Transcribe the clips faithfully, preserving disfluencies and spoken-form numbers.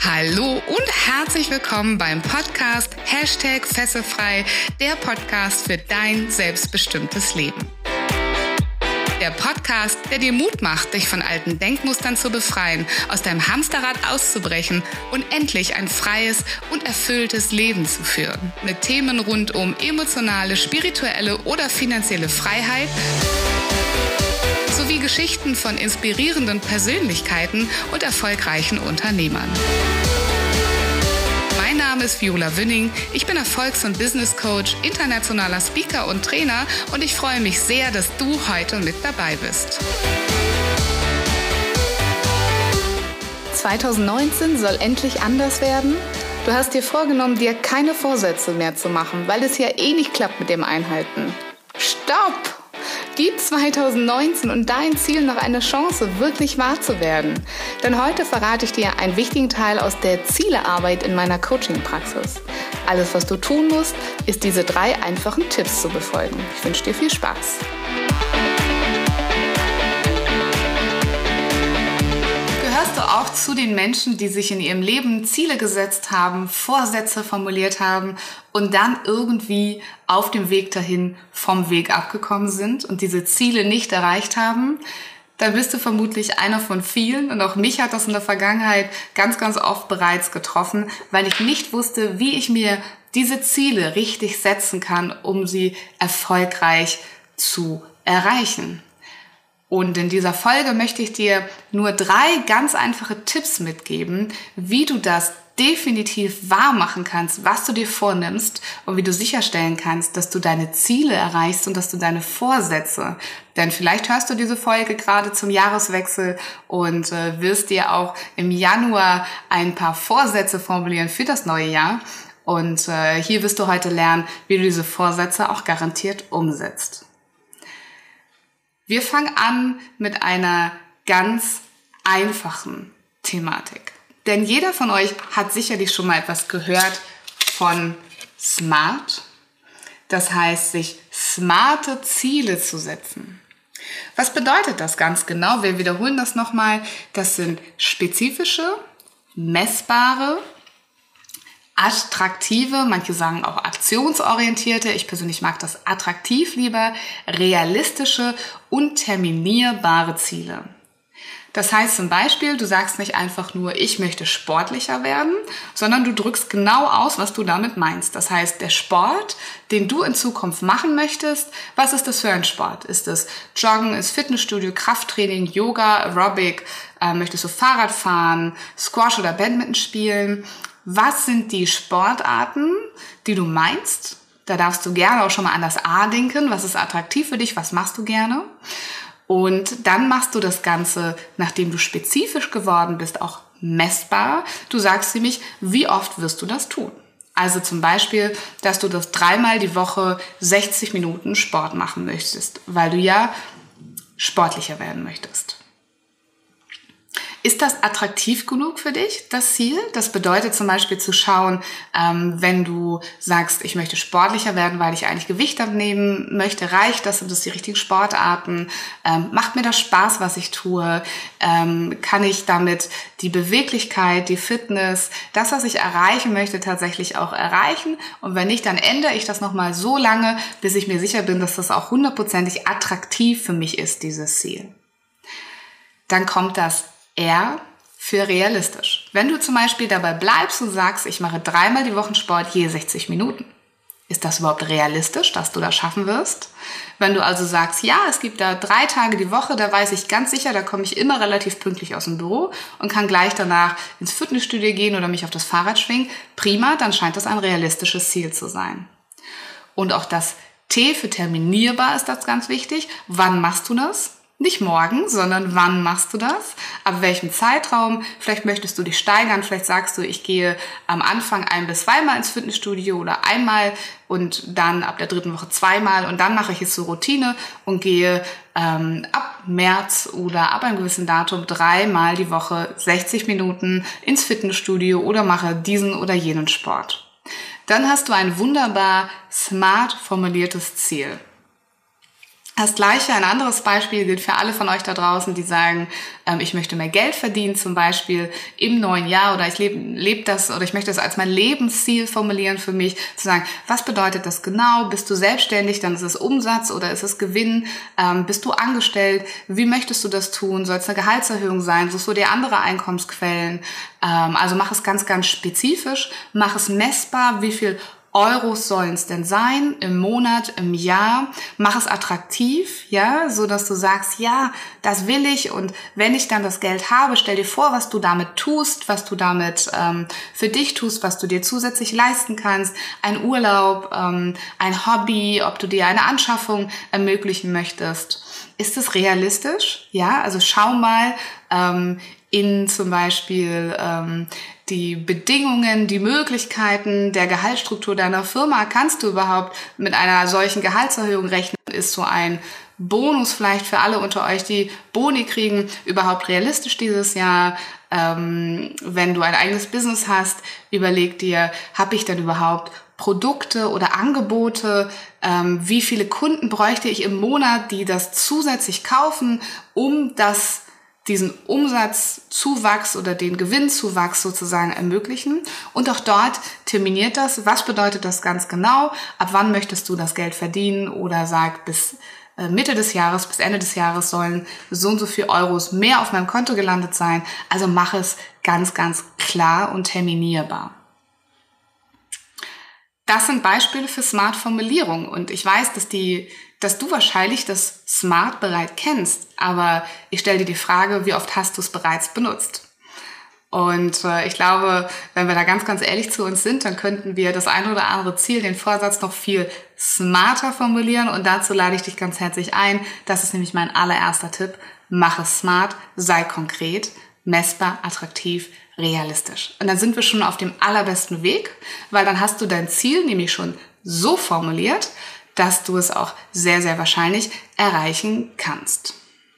Hallo und herzlich willkommen beim Podcast Hashtag Fesselfrei, der Podcast für dein selbstbestimmtes Leben. Der Podcast, der dir Mut macht, dich von alten Denkmustern zu befreien, aus deinem Hamsterrad auszubrechen und endlich ein freies und erfülltes Leben zu führen. Mit Themen rund um emotionale, spirituelle oder finanzielle Freiheit sowie Geschichten von inspirierenden Persönlichkeiten und erfolgreichen Unternehmern. Mein Name ist Viola Wünning, ich bin Erfolgs- und Business Coach, internationaler Speaker und Trainer und ich freue mich sehr, dass du heute mit dabei bist. zwanzig neunzehn soll endlich anders werden? Du hast dir vorgenommen, dir keine Vorsätze mehr zu machen, weil es ja eh nicht klappt mit dem Einhalten. Stopp! Gib zwanzig neunzehn und dein Ziel noch eine Chance, wirklich wahr zu werden. Denn heute verrate ich dir einen wichtigen Teil aus der Zielearbeit in meiner Coaching-Praxis. Alles, was du tun musst, ist diese drei einfachen Tipps zu befolgen. Ich wünsche dir viel Spaß. Gehörst du auch zu den Menschen, die sich in ihrem Leben Ziele gesetzt haben, Vorsätze formuliert haben und dann irgendwie auf dem Weg dahin vom Weg abgekommen sind und diese Ziele nicht erreicht haben? Dann bist du vermutlich einer von vielen und auch mich hat das in der Vergangenheit ganz, ganz oft bereits getroffen, weil ich nicht wusste, wie ich mir diese Ziele richtig setzen kann, um sie erfolgreich zu erreichen. Und in dieser Folge möchte ich dir nur drei ganz einfache Tipps mitgeben, wie du das definitiv wahr machen kannst, was du dir vornimmst und wie du sicherstellen kannst, dass du deine Ziele erreichst und dass du deine Vorsätze, denn vielleicht hörst du diese Folge gerade zum Jahreswechsel und äh, wirst dir auch im Januar ein paar Vorsätze formulieren für das neue Jahr und äh, hier wirst du heute lernen, wie du diese Vorsätze auch garantiert umsetzt. Wir fangen an mit einer ganz einfachen Thematik. Denn jeder von euch hat sicherlich schon mal etwas gehört von SMART. Das heißt, sich smarte Ziele zu setzen. Was bedeutet das ganz genau? Wir wiederholen das nochmal. Das sind spezifische, messbare, attraktive, manche sagen auch aktionsorientierte, ich persönlich mag das attraktiv lieber, realistische und terminierbare Ziele. Das heißt zum Beispiel, du sagst nicht einfach nur, ich möchte sportlicher werden, sondern du drückst genau aus, was du damit meinst. Das heißt, der Sport, den du in Zukunft machen möchtest, was ist das für ein Sport? Ist es Joggen, ist Fitnessstudio, Krafttraining, Yoga, Aerobic, äh, möchtest du Fahrrad fahren, Squash oder Badminton spielen? Was sind die Sportarten, die du meinst? Da darfst du gerne auch schon mal an das A denken. Was ist attraktiv für dich? Was machst du gerne? Und dann machst du das Ganze, nachdem du spezifisch geworden bist, auch messbar. Du sagst nämlich, wie oft wirst du das tun? Also zum Beispiel, dass du das dreimal die Woche sechzig Minuten Sport machen möchtest, weil du ja sportlicher werden möchtest. Ist das attraktiv genug für dich, das Ziel? Das bedeutet zum Beispiel zu schauen, ähm, wenn du sagst, ich möchte sportlicher werden, weil ich eigentlich Gewicht abnehmen möchte, reicht das? Sind das die richtigen Sportarten? Ähm, macht mir das Spaß, was ich tue? Ähm, kann ich damit die Beweglichkeit, die Fitness, das, was ich erreichen möchte, tatsächlich auch erreichen? Und wenn nicht, dann ändere ich das nochmal so lange, bis ich mir sicher bin, dass das auch hundertprozentig attraktiv für mich ist, dieses Ziel. Dann kommt das R für realistisch. Wenn du zum Beispiel dabei bleibst und sagst, ich mache dreimal die Woche Sport je sechzig Minuten, ist das überhaupt realistisch, dass du das schaffen wirst? Wenn du also sagst, ja, es gibt da drei Tage die Woche, da weiß ich ganz sicher, da komme ich immer relativ pünktlich aus dem Büro und kann gleich danach ins Fitnessstudio gehen oder mich auf das Fahrrad schwingen, prima, dann scheint das ein realistisches Ziel zu sein. Und auch das T für terminierbar ist das ganz wichtig. Wann machst du das? Nicht morgen, sondern wann machst du das? Ab welchem Zeitraum? Vielleicht möchtest du dich steigern, vielleicht sagst du, ich gehe am Anfang ein- bis zweimal ins Fitnessstudio oder einmal und dann ab der dritten Woche zweimal und dann mache ich es zur Routine und gehe ähm, ab März oder ab einem gewissen Datum dreimal die Woche sechzig Minuten ins Fitnessstudio oder mache diesen oder jenen Sport. Dann hast du ein wunderbar smart formuliertes Ziel. Das Gleiche, ein anderes Beispiel gilt für alle von euch da draußen, die sagen, ähm, ich möchte mehr Geld verdienen, zum Beispiel im neuen Jahr, oder ich lebe leb das oder ich möchte das als mein Lebensziel formulieren für mich, zu sagen, was bedeutet das genau? Bist du selbstständig, dann ist es Umsatz oder ist es Gewinn? Ähm, bist du angestellt? Wie möchtest du das tun? Soll es eine Gehaltserhöhung sein? Suchst du dir andere Einkommensquellen? Ähm, also mach es ganz, ganz spezifisch, mach es messbar, wie viel Euros sollen es denn sein im Monat, im Jahr? Mach es attraktiv, ja, so dass du sagst, ja, das will ich, und wenn ich dann das Geld habe, stell dir vor, was du damit tust, was du damit ähm, für dich tust, was du dir zusätzlich leisten kannst, ein Urlaub, ähm, ein Hobby, ob du dir eine Anschaffung ermöglichen möchtest. Ist es realistisch? Ja, also schau mal ähm, in zum Beispiel ähm, die Bedingungen, die Möglichkeiten der Gehaltsstruktur deiner Firma. Kannst du überhaupt mit einer solchen Gehaltserhöhung rechnen? Ist so ein Bonus vielleicht für alle unter euch, die Boni kriegen, überhaupt realistisch dieses Jahr? Ähm, wenn du ein eigenes Business hast, überleg dir, habe ich denn überhaupt Produkte oder Angebote? Ähm, wie viele Kunden bräuchte ich im Monat, die das zusätzlich kaufen, um das diesen Umsatzzuwachs oder den Gewinnzuwachs sozusagen ermöglichen? Und auch dort terminiert das. Was bedeutet das ganz genau? Ab wann möchtest du das Geld verdienen? Oder sag, bis Mitte des Jahres, bis Ende des Jahres sollen so und so viel Euros mehr auf meinem Konto gelandet sein. Also mach es ganz, ganz klar und terminierbar. Das sind Beispiele für Smart-Formulierung. Und ich weiß, dass die dass du wahrscheinlich das Smart bereits kennst, aber ich stelle dir die Frage, wie oft hast du es bereits benutzt? Und äh, ich glaube, wenn wir da ganz, ganz ehrlich zu uns sind, dann könnten wir das ein oder andere Ziel, den Vorsatz, noch viel smarter formulieren, und dazu lade ich dich ganz herzlich ein. Das ist nämlich mein allererster Tipp. Mach es smart, sei konkret, messbar, attraktiv, realistisch. Und dann sind wir schon auf dem allerbesten Weg, weil dann hast du dein Ziel nämlich schon so formuliert, dass du es auch sehr, sehr wahrscheinlich erreichen kannst.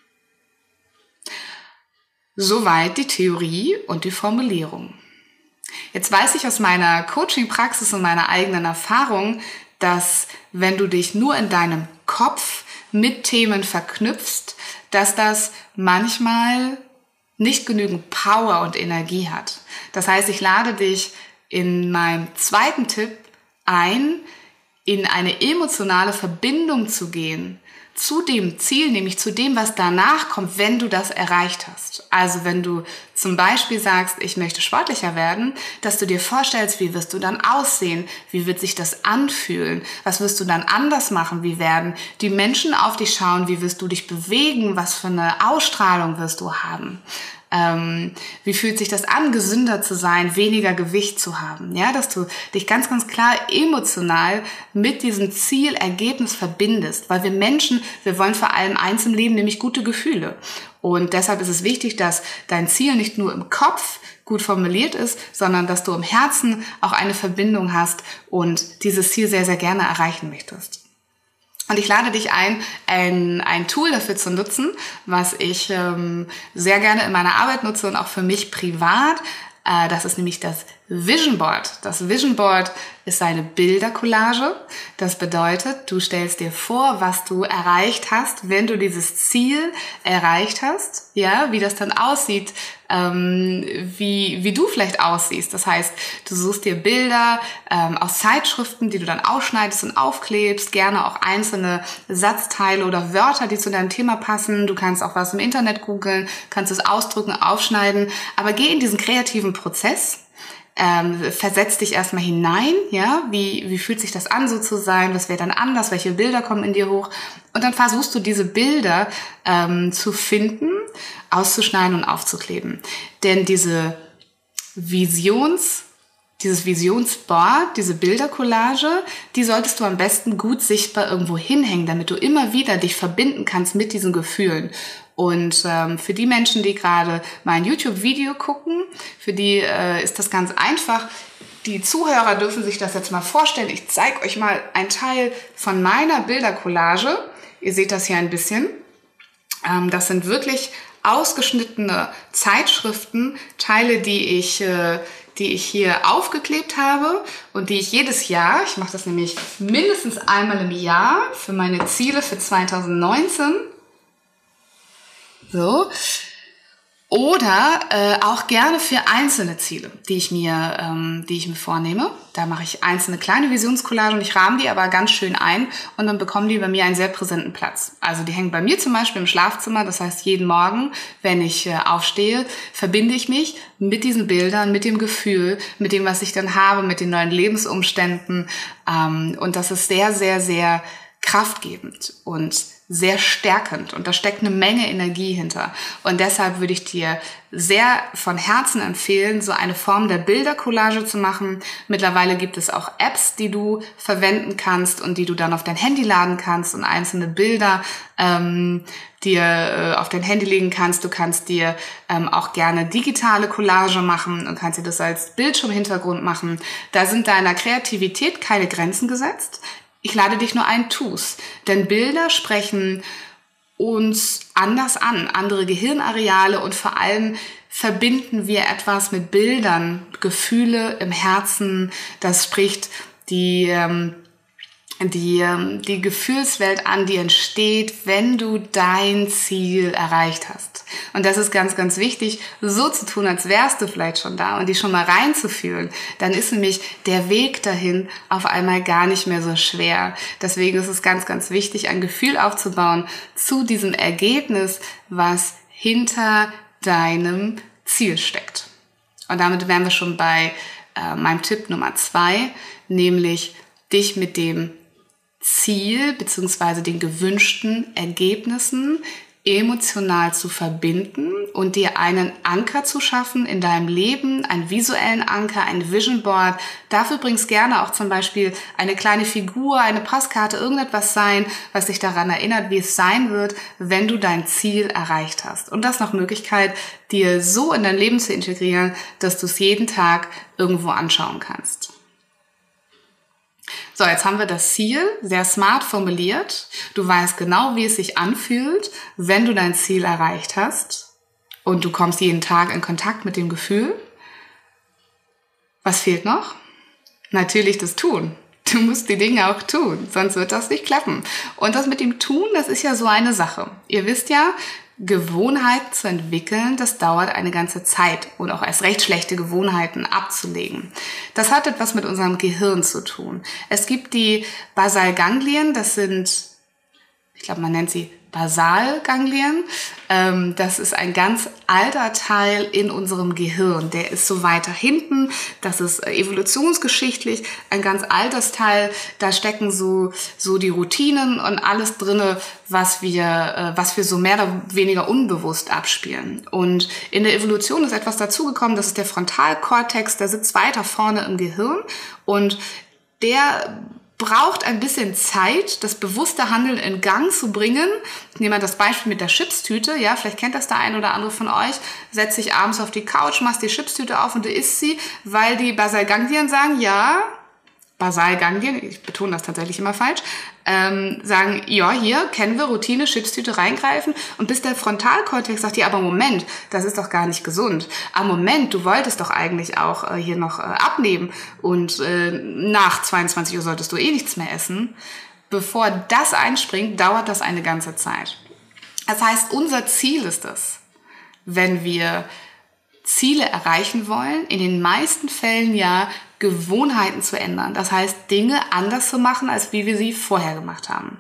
Soweit die Theorie und die Formulierung. Jetzt weiß ich aus meiner Coaching-Praxis und meiner eigenen Erfahrung, dass wenn du dich nur in deinem Kopf mit Themen verknüpfst, dass das manchmal nicht genügend Power und Energie hat. Das heißt, ich lade dich in meinem zweiten Tipp ein, in eine emotionale Verbindung zu gehen zu dem Ziel, nämlich zu dem, was danach kommt, wenn du das erreicht hast. Also wenn du zum Beispiel sagst, ich möchte sportlicher werden, dass du dir vorstellst, wie wirst du dann aussehen, wie wird sich das anfühlen, was wirst du dann anders machen, wie werden die Menschen auf dich schauen, wie wirst du dich bewegen, was für eine Ausstrahlung wirst du haben. Ähm, wie fühlt sich das an, gesünder zu sein, weniger Gewicht zu haben? Ja, dass du dich ganz, ganz klar emotional mit diesem Zielergebnis verbindest, weil wir Menschen, wir wollen vor allem eins im Leben, nämlich gute Gefühle. Und deshalb ist es wichtig, dass dein Ziel nicht nur im Kopf gut formuliert ist, sondern dass du im Herzen auch eine Verbindung hast und dieses Ziel sehr, sehr gerne erreichen möchtest. Und ich lade dich ein, ein, ein Tool dafür zu nutzen, was ich ähm, sehr gerne in meiner Arbeit nutze und auch für mich privat. Äh, das ist nämlich das Vision Board. Das Vision Board ist eine Bildercollage. Das bedeutet, du stellst dir vor, was du erreicht hast, wenn du dieses Ziel erreicht hast, ja, wie das dann aussieht, ähm, wie, wie du vielleicht aussiehst. Das heißt, du suchst dir Bilder ähm, aus Zeitschriften, die du dann ausschneidest und aufklebst, gerne auch einzelne Satzteile oder Wörter, die zu deinem Thema passen. Du kannst auch was im Internet googeln, kannst es ausdrucken, aufschneiden, aber geh in diesen kreativen Prozess. Ähm, versetz dich erstmal hinein, ja, wie, wie fühlt sich das an, so zu sein, was wäre dann anders, welche Bilder kommen in dir hoch, und dann versuchst du diese Bilder ähm, zu finden, auszuschneiden und aufzukleben. Denn diese Visions, dieses Visionsboard, diese Bildercollage, die solltest du am besten gut sichtbar irgendwo hinhängen, damit du immer wieder dich verbinden kannst mit diesen Gefühlen. Und ähm, für die Menschen, die gerade mein YouTube-Video gucken, für die äh, ist das ganz einfach. Die Zuhörer dürfen sich das jetzt mal vorstellen. Ich zeige euch mal einen Teil von meiner Bildercollage. Ihr seht das hier ein bisschen. Ähm, das sind wirklich ausgeschnittene Zeitschriften, Teile, die ich, äh, die ich hier aufgeklebt habe und die ich jedes Jahr, ich mache das nämlich mindestens einmal im Jahr für meine Ziele für zwanzig neunzehn, so, oder äh, auch gerne für einzelne Ziele, die ich mir, ähm, die ich mir vornehme. Da mache ich einzelne kleine Visionscollagen und ich rahme die aber ganz schön ein und dann bekommen die bei mir einen sehr präsenten Platz. Also die hängen bei mir zum Beispiel im Schlafzimmer. Das heißt, jeden Morgen, wenn ich äh, aufstehe, verbinde ich mich mit diesen Bildern, mit dem Gefühl, mit dem, was ich dann habe, mit den neuen Lebensumständen. Ähm, und das ist sehr, sehr, sehr kraftgebend und sehr stärkend und da steckt eine Menge Energie hinter. Und deshalb würde ich dir sehr von Herzen empfehlen, so eine Form der Bildercollage zu machen. Mittlerweile gibt es auch Apps, die du verwenden kannst und die du dann auf dein Handy laden kannst und einzelne Bilder ähm, dir äh, auf dein Handy legen kannst. Du kannst dir ähm, auch gerne digitale Collage machen und kannst dir das als Bildschirmhintergrund machen. Da sind deiner Kreativität keine Grenzen gesetzt. Ich lade dich nur ein, tu's. Denn Bilder sprechen uns anders an, andere Gehirnareale und vor allem verbinden wir etwas mit Bildern, Gefühle im Herzen. Das spricht die, ähm, die, ähm, die Gefühlswelt an, die entsteht, wenn du dein Ziel erreicht hast. Und das ist ganz, ganz wichtig, so zu tun, als wärst du vielleicht schon da und dich schon mal reinzufühlen. Dann ist nämlich der Weg dahin auf einmal gar nicht mehr so schwer. Deswegen ist es ganz, ganz wichtig, ein Gefühl aufzubauen zu diesem Ergebnis, was hinter deinem Ziel steckt. Und damit wären wir schon bei äh, meinem Tipp Nummer zwei, nämlich dich mit dem Ziel bzw. den gewünschten Ergebnissen emotional zu verbinden und dir einen Anker zu schaffen in deinem Leben, einen visuellen Anker, ein Vision Board. Dafür bringst gerne auch zum Beispiel eine kleine Figur, eine Postkarte, irgendetwas sein, was dich daran erinnert, wie es sein wird, wenn du dein Ziel erreicht hast. Und das nach Möglichkeit, dir so in dein Leben zu integrieren, dass du es jeden Tag irgendwo anschauen kannst. So, jetzt haben wir das Ziel sehr smart formuliert. Du weißt genau, wie es sich anfühlt, wenn du dein Ziel erreicht hast. Und du kommst jeden Tag in Kontakt mit dem Gefühl. Was fehlt noch? Natürlich das Tun. Du musst die Dinge auch tun, sonst wird das nicht klappen. Und das mit dem Tun, das ist ja so eine Sache. Ihr wisst ja, Gewohnheiten zu entwickeln, das dauert eine ganze Zeit und auch erst recht schlechte Gewohnheiten abzulegen. Das hat etwas mit unserem Gehirn zu tun. Es gibt die Basalganglien, das sind, ich glaube, man nennt sie Basalganglien. Ähm, das ist ein ganz alter Teil in unserem Gehirn. Der ist so weiter hinten. Das ist evolutionsgeschichtlich ein ganz altes Teil. Da stecken so so die Routinen und alles drinne, was wir äh, was wir so mehr oder weniger unbewusst abspielen. Und in der Evolution ist etwas dazugekommen. Das ist der Frontalkortex. Der sitzt weiter vorne im Gehirn und der braucht ein bisschen Zeit, das bewusste Handeln in Gang zu bringen. Ich nehme mal das Beispiel mit der Chipstüte. Ja, vielleicht kennt das der ein oder andere von euch. Setzt dich abends auf die Couch, machst die Chipstüte auf und du isst sie, weil die Basalganglien sagen, ja, Basalganglien, ich betone das tatsächlich immer falsch, ähm, sagen, ja, hier kennen wir Routine, Chipstüte reingreifen und bis der Frontalkortex sagt, ja, aber Moment, das ist doch gar nicht gesund. Aber Moment, du wolltest doch eigentlich auch äh, hier noch äh, abnehmen und äh, nach zweiundzwanzig Uhr solltest du eh nichts mehr essen. Bevor das einspringt, dauert das eine ganze Zeit. Das heißt, unser Ziel ist es, wenn wir Ziele erreichen wollen, in den meisten Fällen ja Gewohnheiten zu ändern. Das heißt, Dinge anders zu machen, als wie wir sie vorher gemacht haben.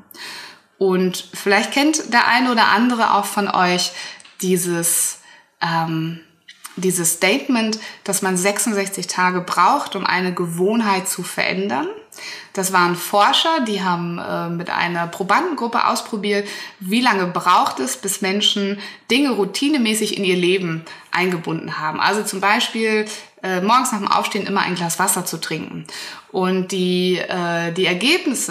Und vielleicht kennt der eine oder andere auch von euch dieses, ähm, dieses Statement, dass man sechsundsechzig Tage braucht, um eine Gewohnheit zu verändern. Das waren Forscher, die haben äh, mit einer Probandengruppe ausprobiert, wie lange braucht es, bis Menschen Dinge routinemäßig in ihr Leben eingebunden haben. Also zum Beispiel äh, morgens nach dem Aufstehen immer ein Glas Wasser zu trinken. Und die, äh, die Ergebnisse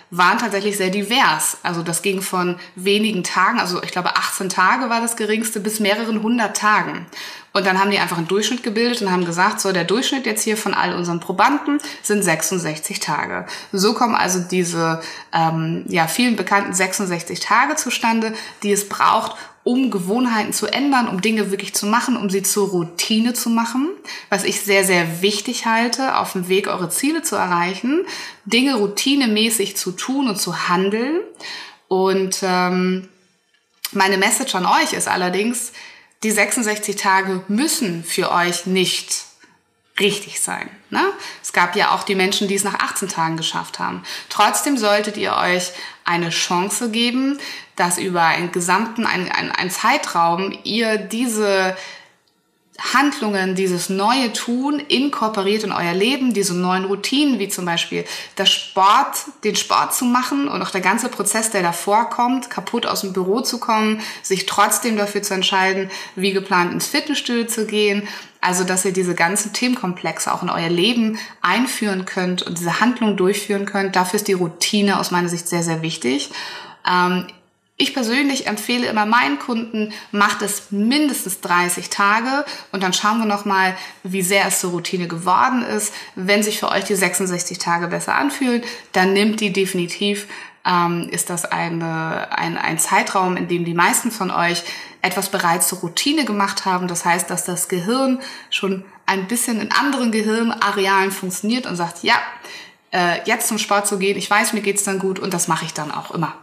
waren tatsächlich sehr divers. Also das ging von wenigen Tagen, also ich glaube achtzehn Tage war das geringste, bis mehreren hundert Tagen. Und dann haben die einfach einen Durchschnitt gebildet und haben gesagt, so der Durchschnitt jetzt hier von all unseren Probanden sind sechsundsechzig Tage. So kommen also diese ähm, ja vielen bekannten sechsundsechzig Tage zustande, die es braucht, um Gewohnheiten zu ändern, um Dinge wirklich zu machen, um sie zur Routine zu machen, was ich sehr, sehr wichtig halte, auf dem Weg, eure Ziele zu erreichen, Dinge routinemäßig zu tun und zu handeln. Und ähm, meine Message an euch ist allerdings, die sechsundsechzig Tage müssen für euch nicht richtig sein. Ne? Es gab ja auch die Menschen, die es nach achtzehn Tagen geschafft haben. Trotzdem solltet ihr euch eine Chance geben, dass über einen gesamten, einen, einen, einen Zeitraum ihr diese Handlungen, dieses neue Tun inkorporiert in euer Leben, diese neuen Routinen, wie zum Beispiel das Sport, den Sport zu machen und auch der ganze Prozess, der davor kommt, kaputt aus dem Büro zu kommen, sich trotzdem dafür zu entscheiden, wie geplant ins Fitnessstudio zu gehen. Also, dass ihr diese ganzen Themenkomplexe auch in euer Leben einführen könnt und diese Handlung durchführen könnt. Dafür ist die Routine aus meiner Sicht sehr, sehr wichtig. Ähm, Ich persönlich empfehle immer meinen Kunden, macht es mindestens dreißig Tage und dann schauen wir nochmal, wie sehr es zur Routine geworden ist. Wenn sich für euch die sechsundsechzig Tage besser anfühlen, dann nimmt die definitiv, ähm, ist das eine, ein, ein Zeitraum, in dem die meisten von euch etwas bereits zur Routine gemacht haben. Das heißt, dass das Gehirn schon ein bisschen in anderen Gehirnarealen funktioniert und sagt, ja, äh, jetzt zum Sport zu gehen, ich weiß, mir geht's dann gut und das mache ich dann auch immer.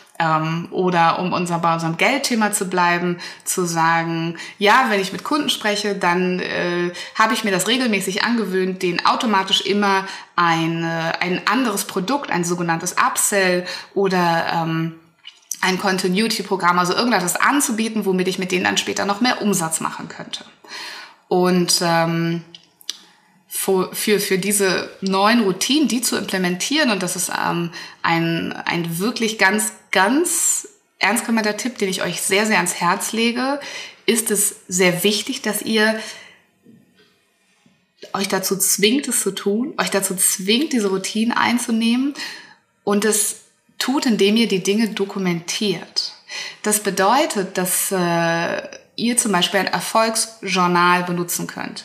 Oder um unser, bei unserem Geldthema zu bleiben, zu sagen, ja, wenn ich mit Kunden spreche, dann äh, habe ich mir das regelmäßig angewöhnt, denen automatisch immer ein, äh, ein anderes Produkt, ein sogenanntes Upsell oder ähm, ein Continuity-Programm, also irgendetwas anzubieten, womit ich mit denen dann später noch mehr Umsatz machen könnte. Und ähm, Für, für, für diese neuen Routinen, die zu implementieren, und das ist ähm, ein, ein wirklich ganz, ganz ernst gemeinter Tipp, den ich euch sehr, sehr ans Herz lege, ist es sehr wichtig, dass ihr euch dazu zwingt, es zu tun, euch dazu zwingt, diese Routinen einzunehmen und es tut, indem ihr die Dinge dokumentiert. Das bedeutet, dass äh, ihr zum Beispiel ein Erfolgsjournal benutzen könnt.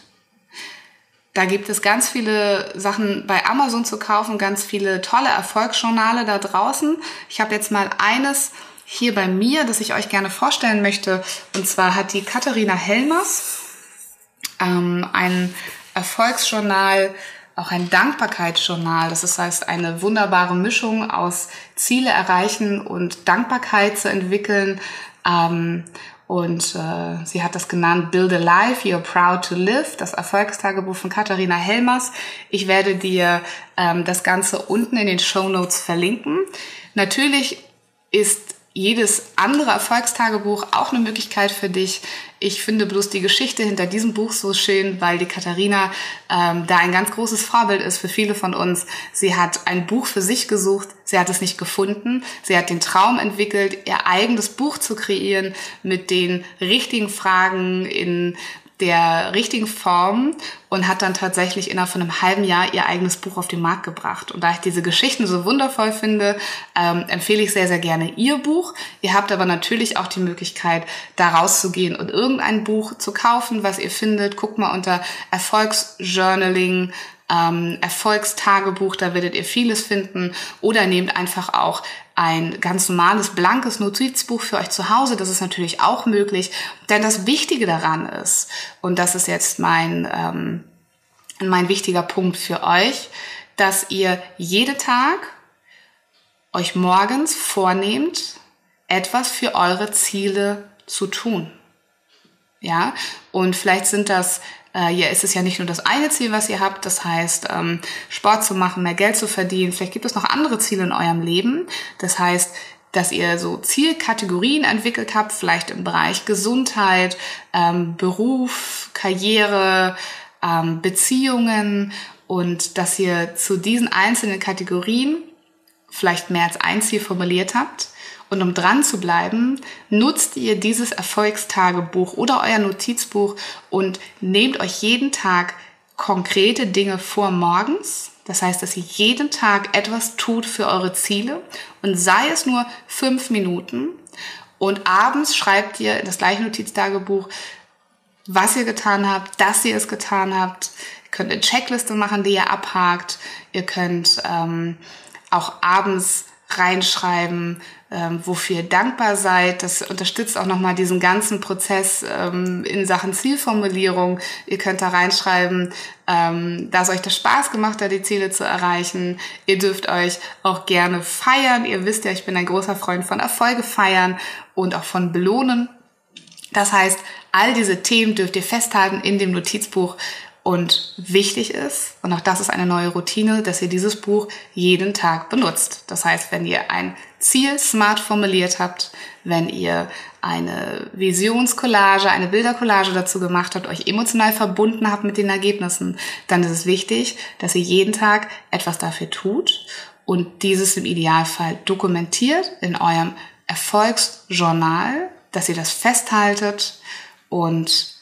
Da gibt es ganz viele Sachen bei Amazon zu kaufen, ganz viele tolle Erfolgsjournale da draußen. Ich habe jetzt mal eines hier bei mir, das ich euch gerne vorstellen möchte. Und zwar hat die Katharina Helmers ähm, ein Erfolgsjournal, auch ein Dankbarkeitsjournal. Das ist, heißt, eine wunderbare Mischung aus Ziele erreichen und Dankbarkeit zu entwickeln. Ähm, Und äh, sie hat das genannt Build a Life You're Proud to Live, das Erfolgstagebuch von Katharina Helmers. Ich werde dir ähm, das Ganze unten in den Shownotes verlinken. Natürlich ist jedes andere Erfolgstagebuch auch eine Möglichkeit für dich. Ich finde bloß die Geschichte hinter diesem Buch so schön, weil die Katharina ähm, da ein ganz großes Vorbild ist für viele von uns. Sie hat ein Buch für sich gesucht, sie hat es nicht gefunden. Sie hat den Traum entwickelt, ihr eigenes Buch zu kreieren mit den richtigen Fragen in der richtigen Form und hat dann tatsächlich innerhalb von einem halben Jahr ihr eigenes Buch auf den Markt gebracht. Und da ich diese Geschichten so wundervoll finde, ähm, empfehle ich sehr, sehr gerne ihr Buch. Ihr habt aber natürlich auch die Möglichkeit, da rauszugehen und irgendein Buch zu kaufen, was ihr findet. Guckt mal unter Erfolgsjournaling, ähm, Erfolgstagebuch, da werdet ihr vieles finden. Oder nehmt einfach auch ein ganz normales, blankes Notizbuch für euch zu Hause. Das ist natürlich auch möglich. Denn das Wichtige daran ist, und das ist jetzt mein, ähm, mein wichtiger Punkt für euch, dass ihr jeden Tag euch morgens vornehmt, etwas für eure Ziele zu tun. Ja, und vielleicht sind das Äh, hier ist es ja nicht nur das eine Ziel, was ihr habt, das heißt, ähm, Sport zu machen, mehr Geld zu verdienen. Vielleicht gibt es noch andere Ziele in eurem Leben. Das heißt, dass ihr so Zielkategorien entwickelt habt, vielleicht im Bereich Gesundheit, ähm, Beruf, Karriere, ähm, Beziehungen und dass ihr zu diesen einzelnen Kategorien vielleicht mehr als ein Ziel formuliert habt. Und um dran zu bleiben, nutzt ihr dieses Erfolgstagebuch oder euer Notizbuch und nehmt euch jeden Tag konkrete Dinge vor morgens. Das heißt, dass ihr jeden Tag etwas tut für eure Ziele und sei es nur fünf Minuten. Und abends schreibt ihr in das gleiche Notiztagebuch, was ihr getan habt, dass ihr es getan habt. Ihr könnt eine Checkliste machen, die ihr abhakt. Ihr könnt ähm, auch abends reinschreiben, ähm, wofür ihr dankbar seid. Das unterstützt auch nochmal diesen ganzen Prozess ähm, in Sachen Zielformulierung. Ihr könnt da reinschreiben, ähm, dass euch das Spaß gemacht hat, die Ziele zu erreichen. Ihr dürft euch auch gerne feiern. Ihr wisst ja, ich bin ein großer Freund von Erfolge feiern und auch von Belohnen. Das heißt, all diese Themen dürft ihr festhalten in dem Notizbuch. Und wichtig ist, und auch das ist eine neue Routine, dass ihr dieses Buch jeden Tag benutzt. Das heißt, wenn ihr ein Ziel smart formuliert habt, wenn ihr eine Visionscollage, eine Bildercollage dazu gemacht habt, euch emotional verbunden habt mit den Ergebnissen, dann ist es wichtig, dass ihr jeden Tag etwas dafür tut und dieses im Idealfall dokumentiert in eurem Erfolgsjournal, dass ihr das festhaltet und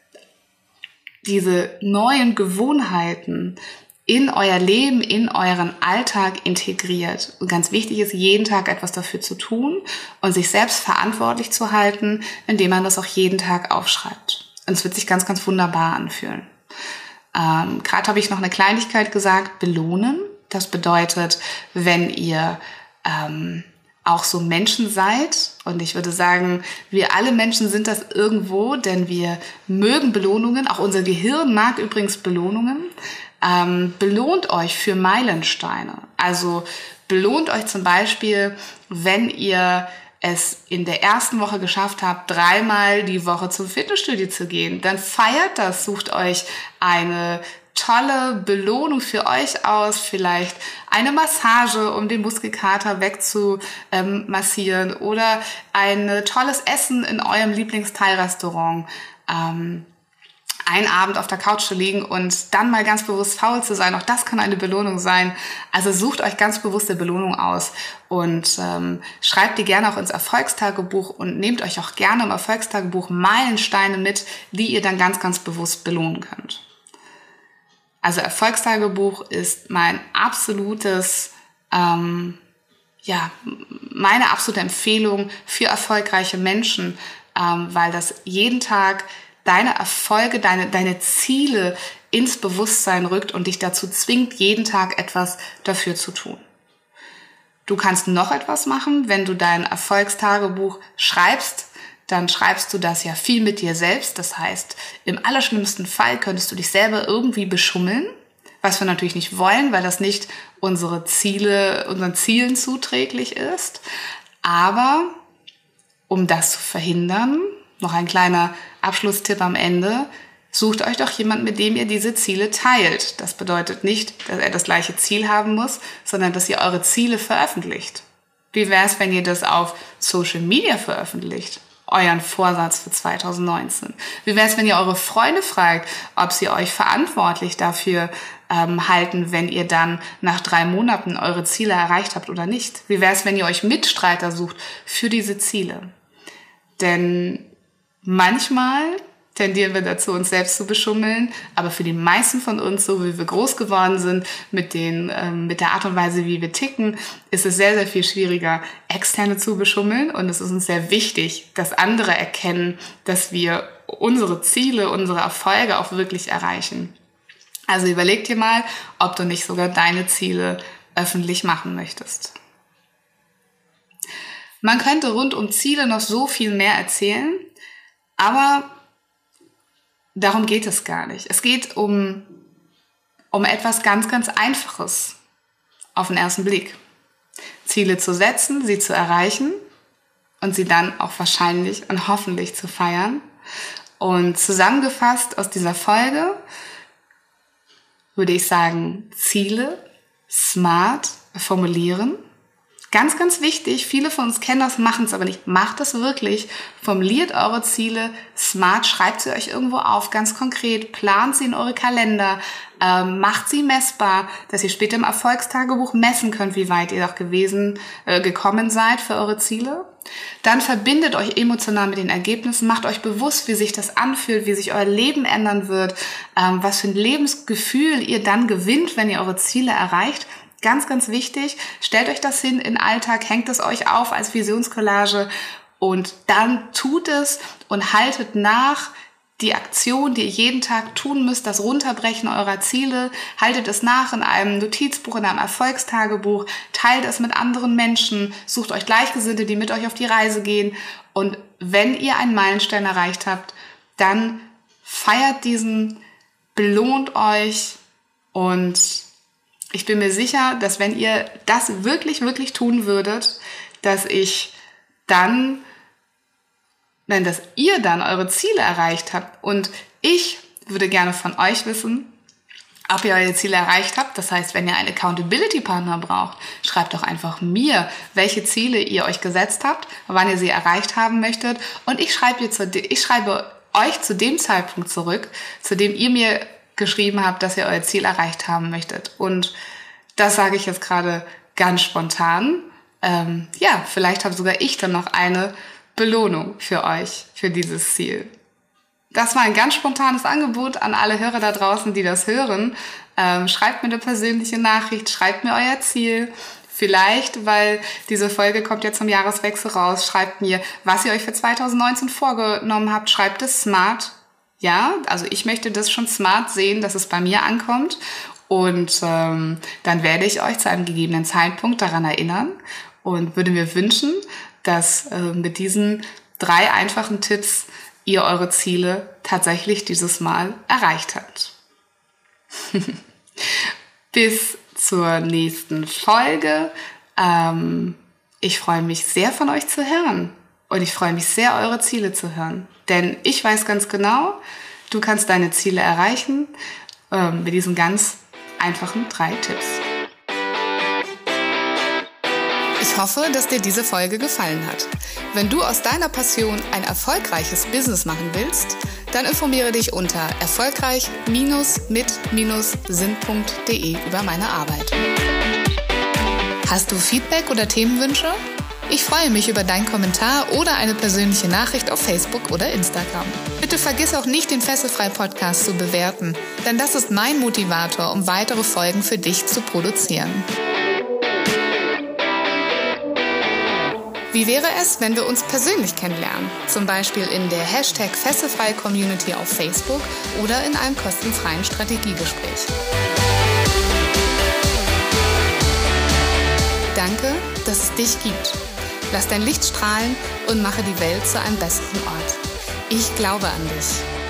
diese neuen Gewohnheiten in euer Leben, in euren Alltag integriert. Und ganz wichtig ist, jeden Tag etwas dafür zu tun und sich selbst verantwortlich zu halten, indem man das auch jeden Tag aufschreibt. Und es wird sich ganz, ganz wunderbar anfühlen. Ähm, Gerade habe ich noch eine Kleinigkeit gesagt, belohnen. Das bedeutet, wenn ihr ähm, auch so Menschen seid, und ich würde sagen, wir alle Menschen sind das irgendwo, denn wir mögen Belohnungen, auch unser Gehirn mag übrigens Belohnungen, ähm, belohnt euch für Meilensteine. Also belohnt euch zum Beispiel, wenn ihr es in der ersten Woche geschafft habt, dreimal die Woche zum Fitnessstudio zu gehen, dann feiert das, sucht euch eine tolle Belohnung für euch aus, vielleicht eine Massage, um den Muskelkater wegzumassieren oder ein tolles Essen in eurem Lieblingsteilrestaurant. Ähm, einen Abend auf der Couch zu liegen und dann mal ganz bewusst faul zu sein, auch das kann eine Belohnung sein. Also sucht euch ganz bewusste Belohnung aus und ähm, schreibt die gerne auch ins Erfolgstagebuch und nehmt euch auch gerne im Erfolgstagebuch Meilensteine mit, die ihr dann ganz, ganz bewusst belohnen könnt. Also Erfolgstagebuch ist mein absolutes, ähm, ja, meine absolute Empfehlung für erfolgreiche Menschen, ähm, weil das jeden Tag deine Erfolge, deine, deine Ziele ins Bewusstsein rückt und dich dazu zwingt, jeden Tag etwas dafür zu tun. Du kannst noch etwas machen, wenn du dein Erfolgstagebuch schreibst, dann schreibst du das ja viel mit dir selbst. Das heißt, im allerschlimmsten Fall könntest du dich selber irgendwie beschummeln, was wir natürlich nicht wollen, weil das nicht unsere Ziele, unseren Zielen zuträglich ist. Aber um das zu verhindern, noch ein kleiner Abschlusstipp am Ende, sucht euch doch jemand, mit dem ihr diese Ziele teilt. Das bedeutet nicht, dass er das gleiche Ziel haben muss, sondern dass ihr eure Ziele veröffentlicht. Wie wäre es, wenn ihr das auf Social Media veröffentlicht? Euren Vorsatz für zwanzig neunzehn. Wie wäre es, wenn ihr eure Freunde fragt, ob sie euch verantwortlich dafür ähm, halten, wenn ihr dann nach drei Monaten eure Ziele erreicht habt oder nicht? Wie wäre es, wenn ihr euch Mitstreiter sucht für diese Ziele? Denn manchmal tendieren wir dazu, uns selbst zu beschummeln, aber für die meisten von uns, so wie wir groß geworden sind, mit den, ähm, mit der Art und Weise, wie wir ticken, ist es sehr, sehr viel schwieriger, Externe zu beschummeln, und es ist uns sehr wichtig, dass andere erkennen, dass wir unsere Ziele, unsere Erfolge auch wirklich erreichen. Also überleg dir mal, ob du nicht sogar deine Ziele öffentlich machen möchtest. Man könnte rund um Ziele noch so viel mehr erzählen, aber darum geht es gar nicht. Es geht um, um etwas ganz, ganz Einfaches auf den ersten Blick. Ziele zu setzen, sie zu erreichen und sie dann auch wahrscheinlich und hoffentlich zu feiern. Und zusammengefasst aus dieser Folge würde ich sagen, Ziele smart formulieren. Ganz, ganz wichtig, viele von uns kennen das, machen es aber nicht. Macht das wirklich. Formuliert eure Ziele smart, schreibt sie euch irgendwo auf, ganz konkret, plant sie in eure Kalender, ähm, macht sie messbar, dass ihr später im Erfolgstagebuch messen könnt, wie weit ihr doch gewesen, äh, gekommen seid für eure Ziele. Dann verbindet euch emotional mit den Ergebnissen, macht euch bewusst, wie sich das anfühlt, wie sich euer Leben ändern wird, ähm, was für ein Lebensgefühl ihr dann gewinnt, wenn ihr eure Ziele erreicht. Ganz, ganz wichtig, stellt euch das hin in den Alltag, hängt es euch auf als Visionscollage und dann tut es und haltet nach die Aktion, die ihr jeden Tag tun müsst, das Runterbrechen eurer Ziele, haltet es nach in einem Notizbuch, in einem Erfolgstagebuch, teilt es mit anderen Menschen, sucht euch Gleichgesinnte, die mit euch auf die Reise gehen und wenn ihr einen Meilenstein erreicht habt, dann feiert diesen, belohnt euch und ich bin mir sicher, dass wenn ihr das wirklich, wirklich tun würdet, dass ich dann Wenn dass ihr dann eure Ziele erreicht habt und ich würde gerne von euch wissen, ob ihr eure Ziele erreicht habt. Das heißt, wenn ihr einen Accountability-Partner braucht, schreibt doch einfach mir, welche Ziele ihr euch gesetzt habt, wann ihr sie erreicht haben möchtet und ich schreibe, zu, ich schreibe euch zu dem Zeitpunkt zurück, zu dem ihr mir geschrieben habt, dass ihr euer Ziel erreicht haben möchtet. Und das sage ich jetzt gerade ganz spontan. Ähm, ja, vielleicht habe sogar ich dann noch eine Belohnung für euch, für dieses Ziel. Das war ein ganz spontanes Angebot an alle Hörer da draußen, die das hören. Ähm, schreibt mir eine persönliche Nachricht, schreibt mir euer Ziel. Vielleicht, weil diese Folge kommt ja zum Jahreswechsel raus, schreibt mir, was ihr euch für zwanzig neunzehn vorgenommen habt. Schreibt es smart. Ja, also ich möchte das schon smart sehen, dass es bei mir ankommt. Und ähm, dann werde ich euch zu einem gegebenen Zeitpunkt daran erinnern und würde mir wünschen, dass äh, mit diesen drei einfachen Tipps ihr eure Ziele tatsächlich dieses Mal erreicht habt. Bis zur nächsten Folge. Ähm, ich freue mich sehr, von euch zu hören. Und ich freue mich sehr, eure Ziele zu hören. Denn ich weiß ganz genau, du kannst deine Ziele erreichen ähm, mit diesen ganz einfachen drei Tipps. Ich hoffe, dass dir diese Folge gefallen hat. Wenn du aus deiner Passion ein erfolgreiches Business machen willst, dann informiere dich unter erfolgreich mit sinn punkt de über meine Arbeit. Hast du Feedback oder Themenwünsche? Ich freue mich über deinen Kommentar oder eine persönliche Nachricht auf Facebook oder Instagram. Bitte vergiss auch nicht, den Fesselfrei-Podcast zu bewerten, denn das ist mein Motivator, um weitere Folgen für dich zu produzieren. Wie wäre es, wenn wir uns persönlich kennenlernen? Zum Beispiel in der Hashtag Fesselfrei-Community auf Facebook oder in einem kostenfreien Strategiegespräch. Danke, dass es dich gibt. Lass dein Licht strahlen und mache die Welt zu einem besseren Ort. Ich glaube an dich.